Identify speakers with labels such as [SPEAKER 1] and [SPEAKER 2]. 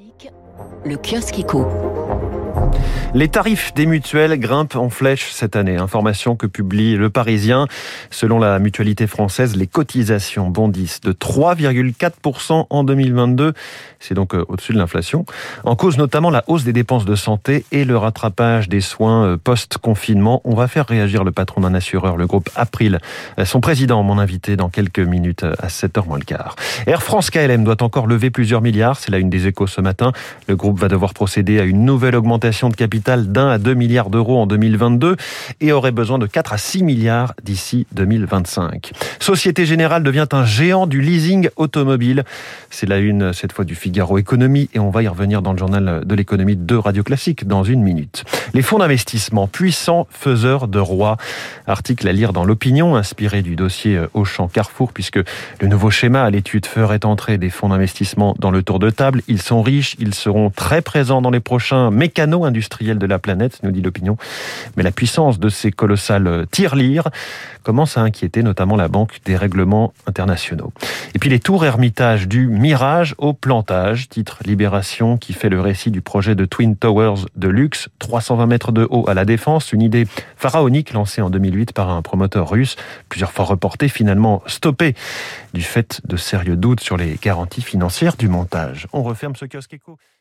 [SPEAKER 1] Le kiosque éco.
[SPEAKER 2] Les tarifs des mutuelles grimpent en flèche cette année. Information que publie Le Parisien. Selon la mutualité française, les cotisations bondissent de 3,4% en 2022. C'est donc au-dessus de l'inflation. En cause notamment la hausse des dépenses de santé et le rattrapage des soins post-confinement. On va faire réagir le patron d'un assureur, le groupe April. Son président, mon invité dans quelques minutes à 7h moins le quart. Air France KLM doit encore lever plusieurs milliards. C'est la une des Échos ce matin. Le groupe va devoir procéder à une nouvelle augmentation de capital d'1 à 2 milliards d'euros en 2022 et aurait besoin de 4 à 6 milliards d'ici 2025. Société Générale devient un géant du leasing automobile. C'est la une cette fois du Figaro Économie et on va y revenir dans le journal de l'économie de Radio Classique dans une minute. Les fonds d'investissement, puissants faiseurs de rois. Article à lire dans l'Opinion, inspiré du dossier Auchan Carrefour, puisque le nouveau schéma à l'étude ferait entrer des fonds d'investissement dans le tour de table. Ils sont riches, ils seront très présents dans les prochains mécanos industriels de la planète, nous dit l'Opinion. Mais la puissance de ces colossales tirelires commence à inquiéter notamment la Banque des règlements internationaux. Et puis les tours Hermitage du mirage au plantage, titre Libération, qui fait le récit du projet de Twin Towers de luxe, 320 mètres de haut à la Défense, une idée pharaonique lancée en 2008 par un promoteur russe, plusieurs fois reportée, finalement stoppée du fait de sérieux doutes sur les garanties financières du montage. On referme ce kiosque éco.